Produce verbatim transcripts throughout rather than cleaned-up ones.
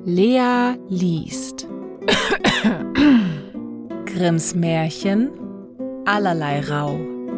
Lea liest Grimms Märchen Allerlei Rau.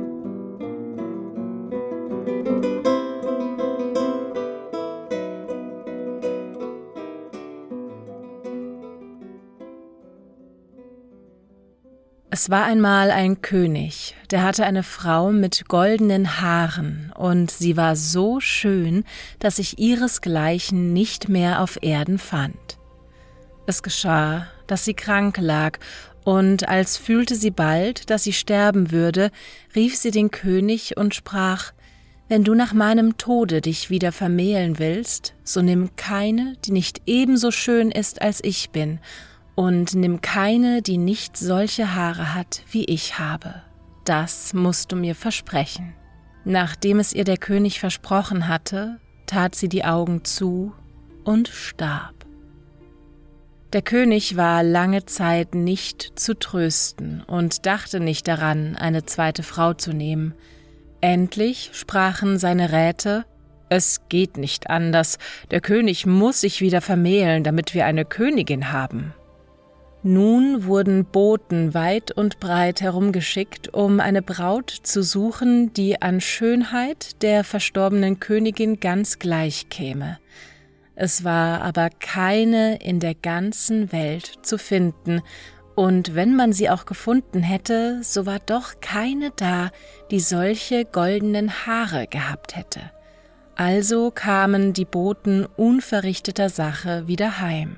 Es war einmal ein König, der hatte eine Frau mit goldenen Haaren, und sie war so schön, dass sich ihresgleichen nicht mehr auf Erden fand. Es geschah, dass sie krank lag, und als fühlte sie bald, dass sie sterben würde, rief sie den König und sprach: »Wenn du nach meinem Tode dich wieder vermählen willst, so nimm keine, die nicht ebenso schön ist als ich bin, und nimm keine, die nicht solche Haare hat, wie ich habe. Das musst du mir versprechen.« Nachdem es ihr der König versprochen hatte, tat sie die Augen zu und starb. Der König war lange Zeit nicht zu trösten und dachte nicht daran, eine zweite Frau zu nehmen. Endlich sprachen seine Räte: »Es geht nicht anders, der König muss sich wieder vermählen, damit wir eine Königin haben.« Nun wurden Boten weit und breit herumgeschickt, um eine Braut zu suchen, die an Schönheit der verstorbenen Königin ganz gleich käme. Es war aber keine in der ganzen Welt zu finden, und wenn man sie auch gefunden hätte, so war doch keine da, die solche goldenen Haare gehabt hätte. Also kamen die Boten unverrichteter Sache wieder heim.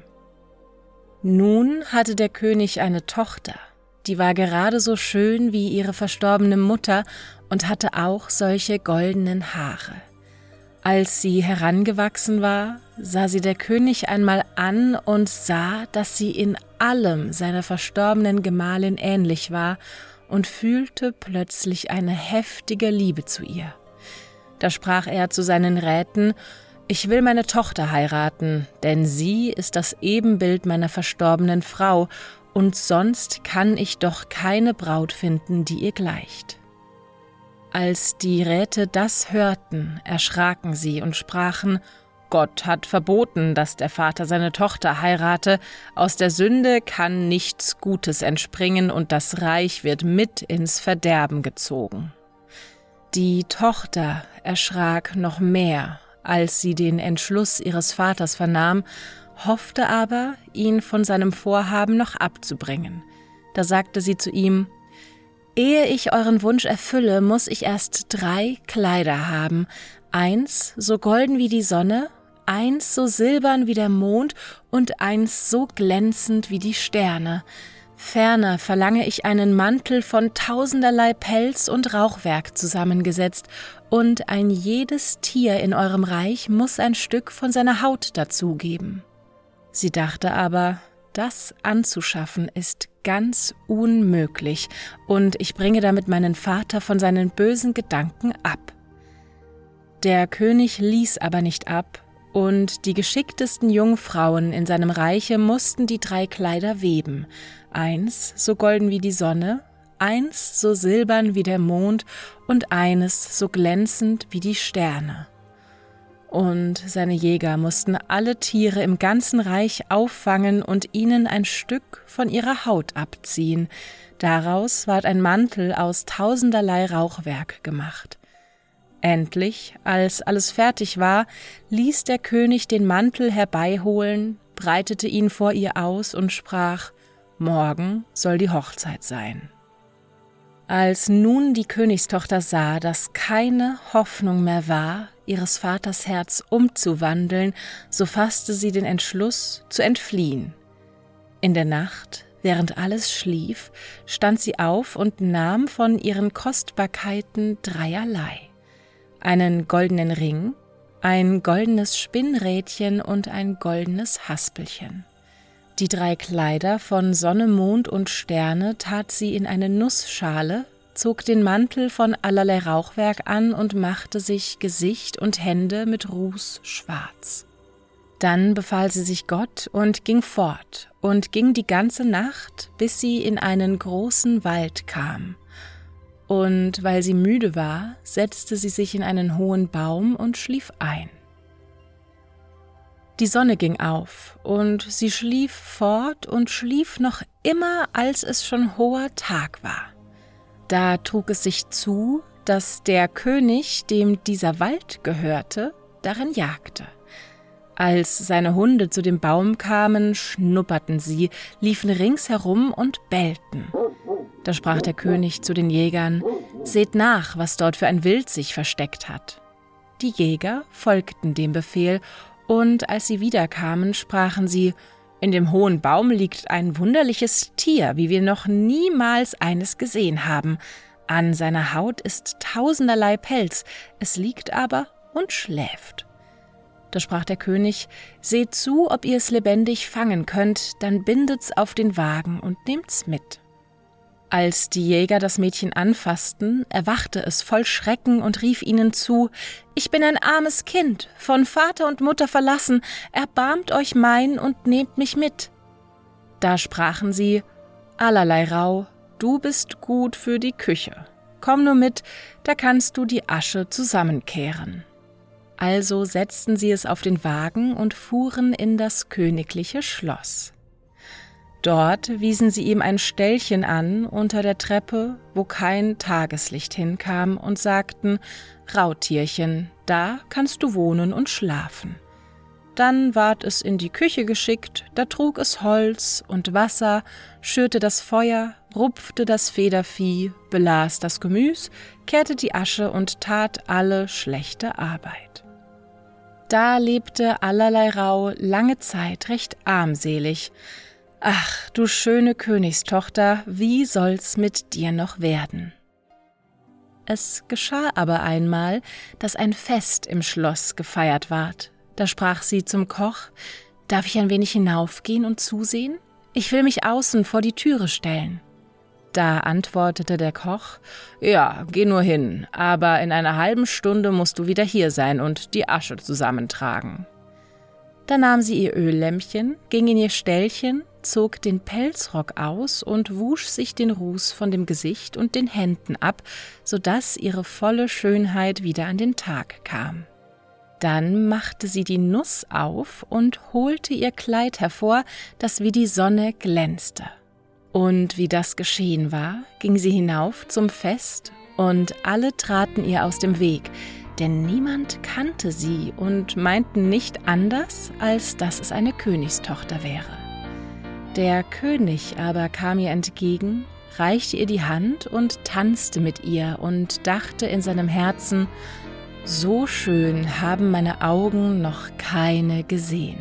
Nun hatte der König eine Tochter, die war gerade so schön wie ihre verstorbene Mutter und hatte auch solche goldenen Haare. Als sie herangewachsen war, sah sie der König einmal an und sah, dass sie in allem seiner verstorbenen Gemahlin ähnlich war, und fühlte plötzlich eine heftige Liebe zu ihr. Da sprach er zu seinen Räten: »Ich will meine Tochter heiraten, denn sie ist das Ebenbild meiner verstorbenen Frau, und sonst kann ich doch keine Braut finden, die ihr gleicht.« Als die Räte das hörten, erschraken sie und sprachen: »Gott hat verboten, dass der Vater seine Tochter heirate. Aus der Sünde kann nichts Gutes entspringen, und das Reich wird mit ins Verderben gezogen.« Die Tochter erschrak noch mehr, als sie den Entschluss ihres Vaters vernahm, hoffte aber, ihn von seinem Vorhaben noch abzubringen. Da sagte sie zu ihm: »Ehe ich euren Wunsch erfülle, muss ich erst drei Kleider haben, eins so golden wie die Sonne, eins so silbern wie der Mond und eins so glänzend wie die Sterne. Ferner verlange ich einen Mantel von tausenderlei Pelz und Rauchwerk zusammengesetzt, und ein jedes Tier in eurem Reich muss ein Stück von seiner Haut dazugeben.« Sie dachte aber: »Das anzuschaffen ist ganz unmöglich, und ich bringe damit meinen Vater von seinen bösen Gedanken ab.« Der König ließ aber nicht ab, und die geschicktesten Jungfrauen in seinem Reiche mussten die drei Kleider weben, eins so golden wie die Sonne, eins so silbern wie der Mond und eines so glänzend wie die Sterne. Und seine Jäger mussten alle Tiere im ganzen Reich auffangen und ihnen ein Stück von ihrer Haut abziehen. Daraus ward ein Mantel aus tausenderlei Rauchwerk gemacht. Endlich, als alles fertig war, ließ der König den Mantel herbeiholen, breitete ihn vor ihr aus und sprach: »Morgen soll die Hochzeit sein.« Als nun die Königstochter sah, dass keine Hoffnung mehr war, ihres Vaters Herz umzuwandeln, so fasste sie den Entschluss, zu entfliehen. In der Nacht, während alles schlief, stand sie auf und nahm von ihren Kostbarkeiten dreierlei: einen goldenen Ring, ein goldenes Spinnrädchen und ein goldenes Haspelchen. Die drei Kleider von Sonne, Mond und Sterne tat sie in eine Nussschale, zog den Mantel von allerlei Rauchwerk an und machte sich Gesicht und Hände mit Ruß schwarz. Dann befahl sie sich Gott und ging fort und ging die ganze Nacht, bis sie in einen großen Wald kam. Und weil sie müde war, setzte sie sich in einen hohen Baum und schlief ein. Die Sonne ging auf, und sie schlief fort und schlief noch immer, als es schon hoher Tag war. Da trug es sich zu, dass der König, dem dieser Wald gehörte, darin jagte. Als seine Hunde zu dem Baum kamen, schnupperten sie, liefen ringsherum und bellten. Da sprach der König zu den Jägern: »Seht nach, was dort für ein Wild sich versteckt hat.« Die Jäger folgten dem Befehl, und als sie wiederkamen, sprachen sie: »In dem hohen Baum liegt ein wunderliches Tier, wie wir noch niemals eines gesehen haben. An seiner Haut ist tausenderlei Pelz, es liegt aber und schläft.« Da sprach der König: »Seht zu, ob ihr es lebendig fangen könnt, dann bindet's auf den Wagen und nehmt's mit.« Als die Jäger das Mädchen anfassten, erwachte es voll Schrecken und rief ihnen zu: »Ich bin ein armes Kind, von Vater und Mutter verlassen, erbarmt euch mein und nehmt mich mit.« Da sprachen sie: »Allerlei Rau, du bist gut für die Küche. Komm nur mit, da kannst du die Asche zusammenkehren.« Also setzten sie es auf den Wagen und fuhren in das königliche Schloss. Dort wiesen sie ihm ein Ställchen an unter der Treppe, wo kein Tageslicht hinkam, und sagten: »Rautierchen, da kannst du wohnen und schlafen.« Dann ward es in die Küche geschickt, da trug es Holz und Wasser, schürte das Feuer, rupfte das Federvieh, belas das Gemüs, kehrte die Asche und tat alle schlechte Arbeit. Da lebte Allerlei Rau lange Zeit recht armselig. Ach, du schöne Königstochter, wie soll's mit dir noch werden? Es geschah aber einmal, dass ein Fest im Schloss gefeiert ward. Da sprach sie zum Koch: »Darf ich ein wenig hinaufgehen und zusehen? Ich will mich außen vor die Türe stellen.« Da antwortete der Koch: »Ja, geh nur hin, aber in einer halben Stunde musst du wieder hier sein und die Asche zusammentragen.« Da nahm sie ihr Öllämpchen, ging in ihr Ställchen, zog den Pelzrock aus und wusch sich den Ruß von dem Gesicht und den Händen ab, so daß ihre volle Schönheit wieder an den Tag kam. Dann machte sie die Nuss auf und holte ihr Kleid hervor, das wie die Sonne glänzte. Und wie das geschehen war, ging sie hinauf zum Fest, und alle traten ihr aus dem Weg, denn niemand kannte sie und meinten nicht anders, als dass es eine Königstochter wäre. Der König aber kam ihr entgegen, reichte ihr die Hand und tanzte mit ihr und dachte in seinem Herzen: »So schön haben meine Augen noch keine gesehen.«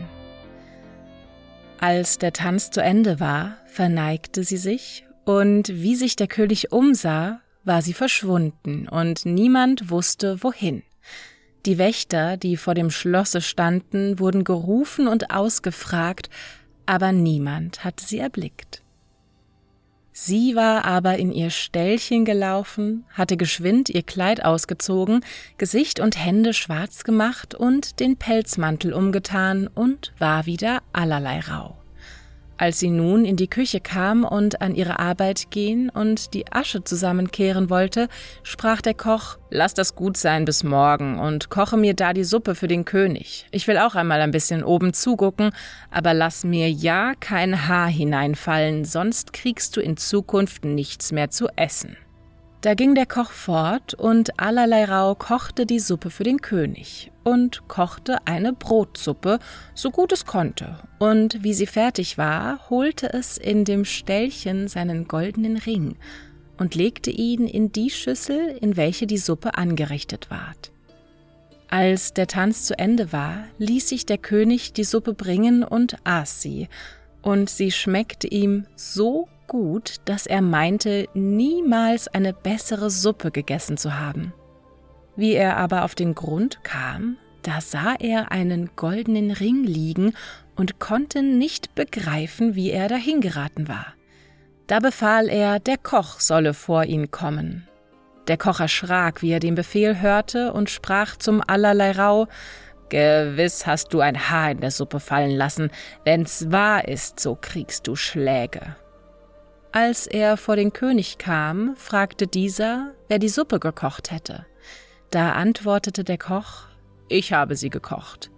Als der Tanz zu Ende war, verneigte sie sich, und wie sich der König umsah, war sie verschwunden, und niemand wusste, wohin. Die Wächter, die vor dem Schlosse standen, wurden gerufen und ausgefragt, aber niemand hatte sie erblickt. Sie war aber in ihr Ställchen gelaufen, hatte geschwind ihr Kleid ausgezogen, Gesicht und Hände schwarz gemacht und den Pelzmantel umgetan und war wieder Allerlei Rau. Als sie nun in die Küche kam und an ihre Arbeit gehen und die Asche zusammenkehren wollte, sprach der Koch: »Lass das gut sein bis morgen und koche mir da die Suppe für den König. Ich will auch einmal ein bisschen oben zugucken, aber lass mir ja kein Haar hineinfallen, sonst kriegst du in Zukunft nichts mehr zu essen.« Da ging der Koch fort, und Allerlei Rau kochte die Suppe für den König und kochte eine Brotsuppe, so gut es konnte, und wie sie fertig war, holte es in dem Ställchen seinen goldenen Ring und legte ihn in die Schüssel, in welche die Suppe angerichtet ward. Als der Tanz zu Ende war, ließ sich der König die Suppe bringen und aß sie, und sie schmeckte ihm so gut, dass er meinte, niemals eine bessere Suppe gegessen zu haben. Wie er aber auf den Grund kam, da sah er einen goldenen Ring liegen und konnte nicht begreifen, wie er dahingeraten war. Da befahl er, der Koch solle vor ihn kommen. Der Koch erschrak, wie er den Befehl hörte, und sprach zum Allerlei Rau: »Gewiss hast du ein Haar in der Suppe fallen lassen. Wenn's wahr ist, so kriegst du Schläge.« Als er vor den König kam, fragte dieser, wer die Suppe gekocht hätte. Da antwortete der Koch: »Ich habe sie gekocht.«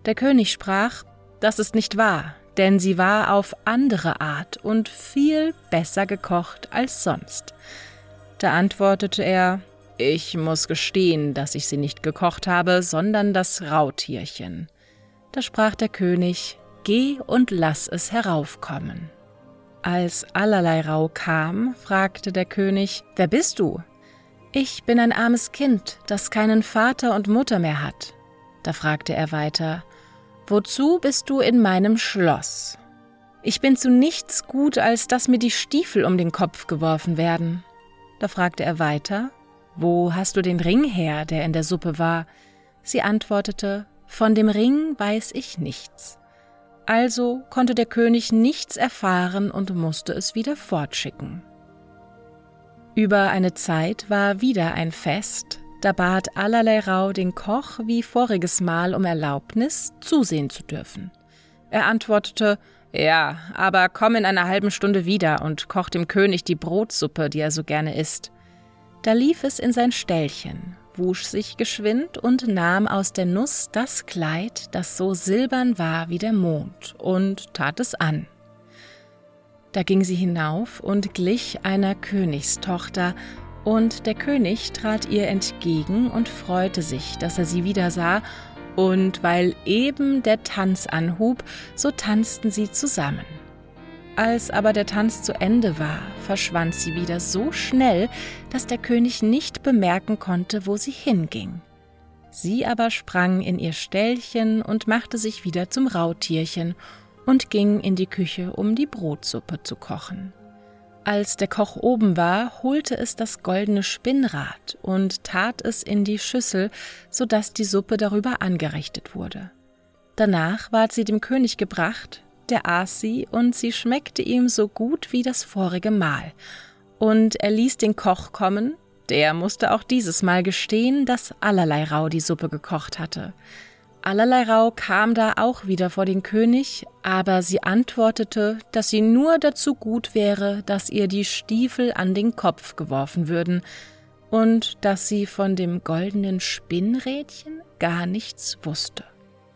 Der König sprach: »Das ist nicht wahr, denn sie war auf andere Art und viel besser gekocht als sonst.« Da antwortete er: »Ich muss gestehen, dass ich sie nicht gekocht habe, sondern das Rautierchen.« Da sprach der König: »Geh und lass es heraufkommen.« Als Allerleirauh kam, fragte der König: »Wer bist du?« »Ich bin ein armes Kind, das keinen Vater und Mutter mehr hat.« Da fragte er weiter: »Wozu bist du in meinem Schloss?« »Ich bin zu nichts gut, als dass mir die Stiefel um den Kopf geworfen werden.« Da fragte er weiter: »Wo hast du den Ring her, der in der Suppe war?« Sie antwortete: »Von dem Ring weiß ich nichts.« Also konnte der König nichts erfahren und musste es wieder fortschicken. Über eine Zeit war wieder ein Fest, da bat Allerleirauh den Koch wie voriges Mal um Erlaubnis, zusehen zu dürfen. Er antwortete: »Ja, aber komm in einer halben Stunde wieder und koch dem König die Brotsuppe, die er so gerne isst.« Da lief es in sein Ställchen, wusch sich geschwind und nahm aus der Nuss das Kleid, das so silbern war wie der Mond, und tat es an. Da ging sie hinauf und glich einer Königstochter, und der König trat ihr entgegen und freute sich, dass er sie wiedersah, und weil eben der Tanz anhub, so tanzten sie zusammen. Als aber der Tanz zu Ende war, verschwand sie wieder so schnell, dass der König nicht bemerken konnte, wo sie hinging. Sie aber sprang in ihr Ställchen und machte sich wieder zum Rautierchen und ging in die Küche, um die Brotsuppe zu kochen. Als der Koch oben war, holte es das goldene Spinnrad und tat es in die Schüssel, so dass die Suppe darüber angerichtet wurde. Danach ward sie dem König gebracht, der aß sie, und sie schmeckte ihm so gut wie das vorige Mal. Und er ließ den Koch kommen, der musste auch dieses Mal gestehen, dass Allerleirauh die Suppe gekocht hatte. Allerleirauh kam da auch wieder vor den König, aber sie antwortete, dass sie nur dazu gut wäre, dass ihr die Stiefel an den Kopf geworfen würden und dass sie von dem goldenen Spinnrädchen gar nichts wusste.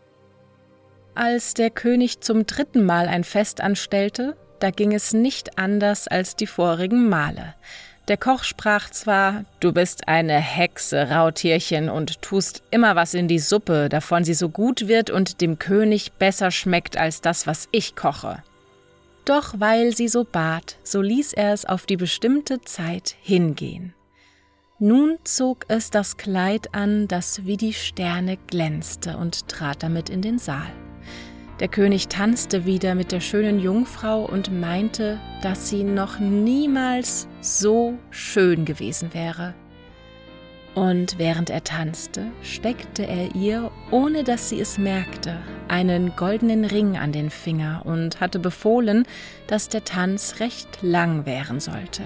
Als der König zum dritten Mal ein Fest anstellte, da ging es nicht anders als die vorigen Male. Der Koch sprach zwar: »Du bist eine Hexe, Rautierchen, und tust immer was in die Suppe, davon sie so gut wird und dem König besser schmeckt als das, was ich koche.« Doch weil sie so bat, so ließ er es auf die bestimmte Zeit hingehen. Nun zog es das Kleid an, das wie die Sterne glänzte, und trat damit in den Saal. Der König tanzte wieder mit der schönen Jungfrau und meinte, dass sie noch niemals so schön gewesen wäre. Und während er tanzte, steckte er ihr, ohne dass sie es merkte, einen goldenen Ring an den Finger und hatte befohlen, dass der Tanz recht lang währen sollte.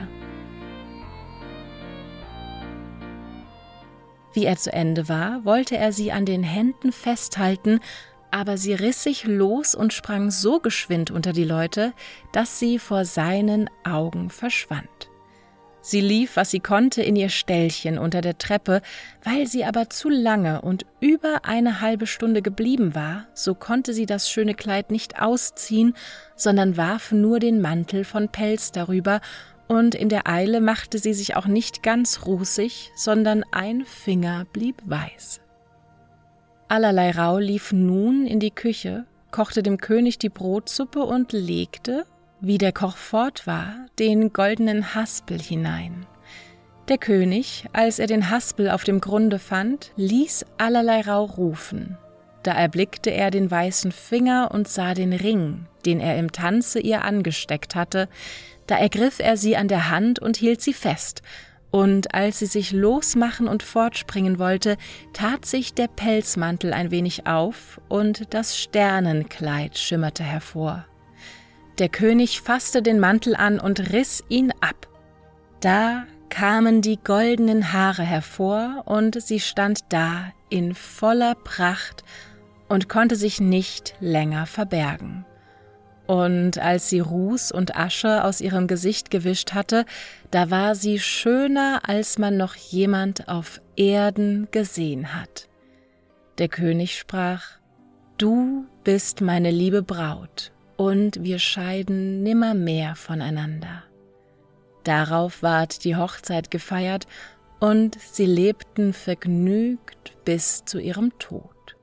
Wie er zu Ende war, wollte er sie an den Händen festhalten, aber sie riss sich los und sprang so geschwind unter die Leute, dass sie vor seinen Augen verschwand. Sie lief, was sie konnte, in ihr Ställchen unter der Treppe, weil sie aber zu lange und über eine halbe Stunde geblieben war, so konnte sie das schöne Kleid nicht ausziehen, sondern warf nur den Mantel von Pelz darüber, und in der Eile machte sie sich auch nicht ganz rußig, sondern ein Finger blieb weiß. Allerleirauh lief nun in die Küche, kochte dem König die Brotsuppe und legte, wie der Koch fort war, den goldenen Haspel hinein. Der König, als er den Haspel auf dem Grunde fand, ließ Allerleirauh rufen. Da erblickte er den weißen Finger und sah den Ring, den er im Tanze ihr angesteckt hatte. Da ergriff er sie an der Hand und hielt sie fest, und als sie sich losmachen und fortspringen wollte, tat sich der Pelzmantel ein wenig auf, und das Sternenkleid schimmerte hervor. Der König fasste den Mantel an und riss ihn ab. Da kamen die goldenen Haare hervor, und sie stand da in voller Pracht und konnte sich nicht länger verbergen. Und als sie Ruß und Asche aus ihrem Gesicht gewischt hatte, da war sie schöner, als man noch jemand auf Erden gesehen hat. Der König sprach: Du bist meine liebe Braut, und wir scheiden nimmermehr voneinander. Darauf ward die Hochzeit gefeiert, und sie lebten vergnügt bis zu ihrem Tod.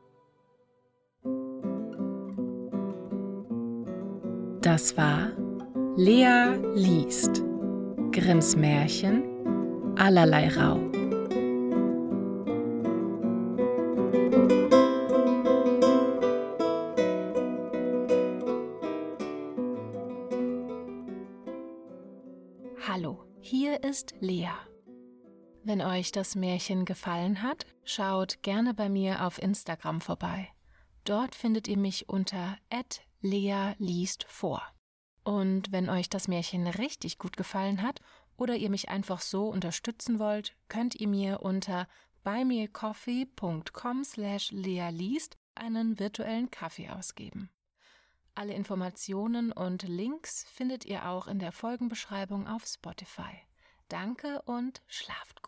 Das war Lea liest. Grimms Märchen, Allerlei Rau. Hallo, hier ist Lea. Wenn euch das Märchen gefallen hat, schaut gerne bei mir auf Instagram vorbei. Dort findet ihr mich unter at lea liest vor. Und wenn euch das Märchen richtig gut gefallen hat oder ihr mich einfach so unterstützen wollt, könnt ihr mir unter buymeacoffee.com slash lealiest einen virtuellen Kaffee ausgeben. Alle Informationen und Links findet ihr auch in der Folgenbeschreibung auf Spotify. Danke und schlaft gut.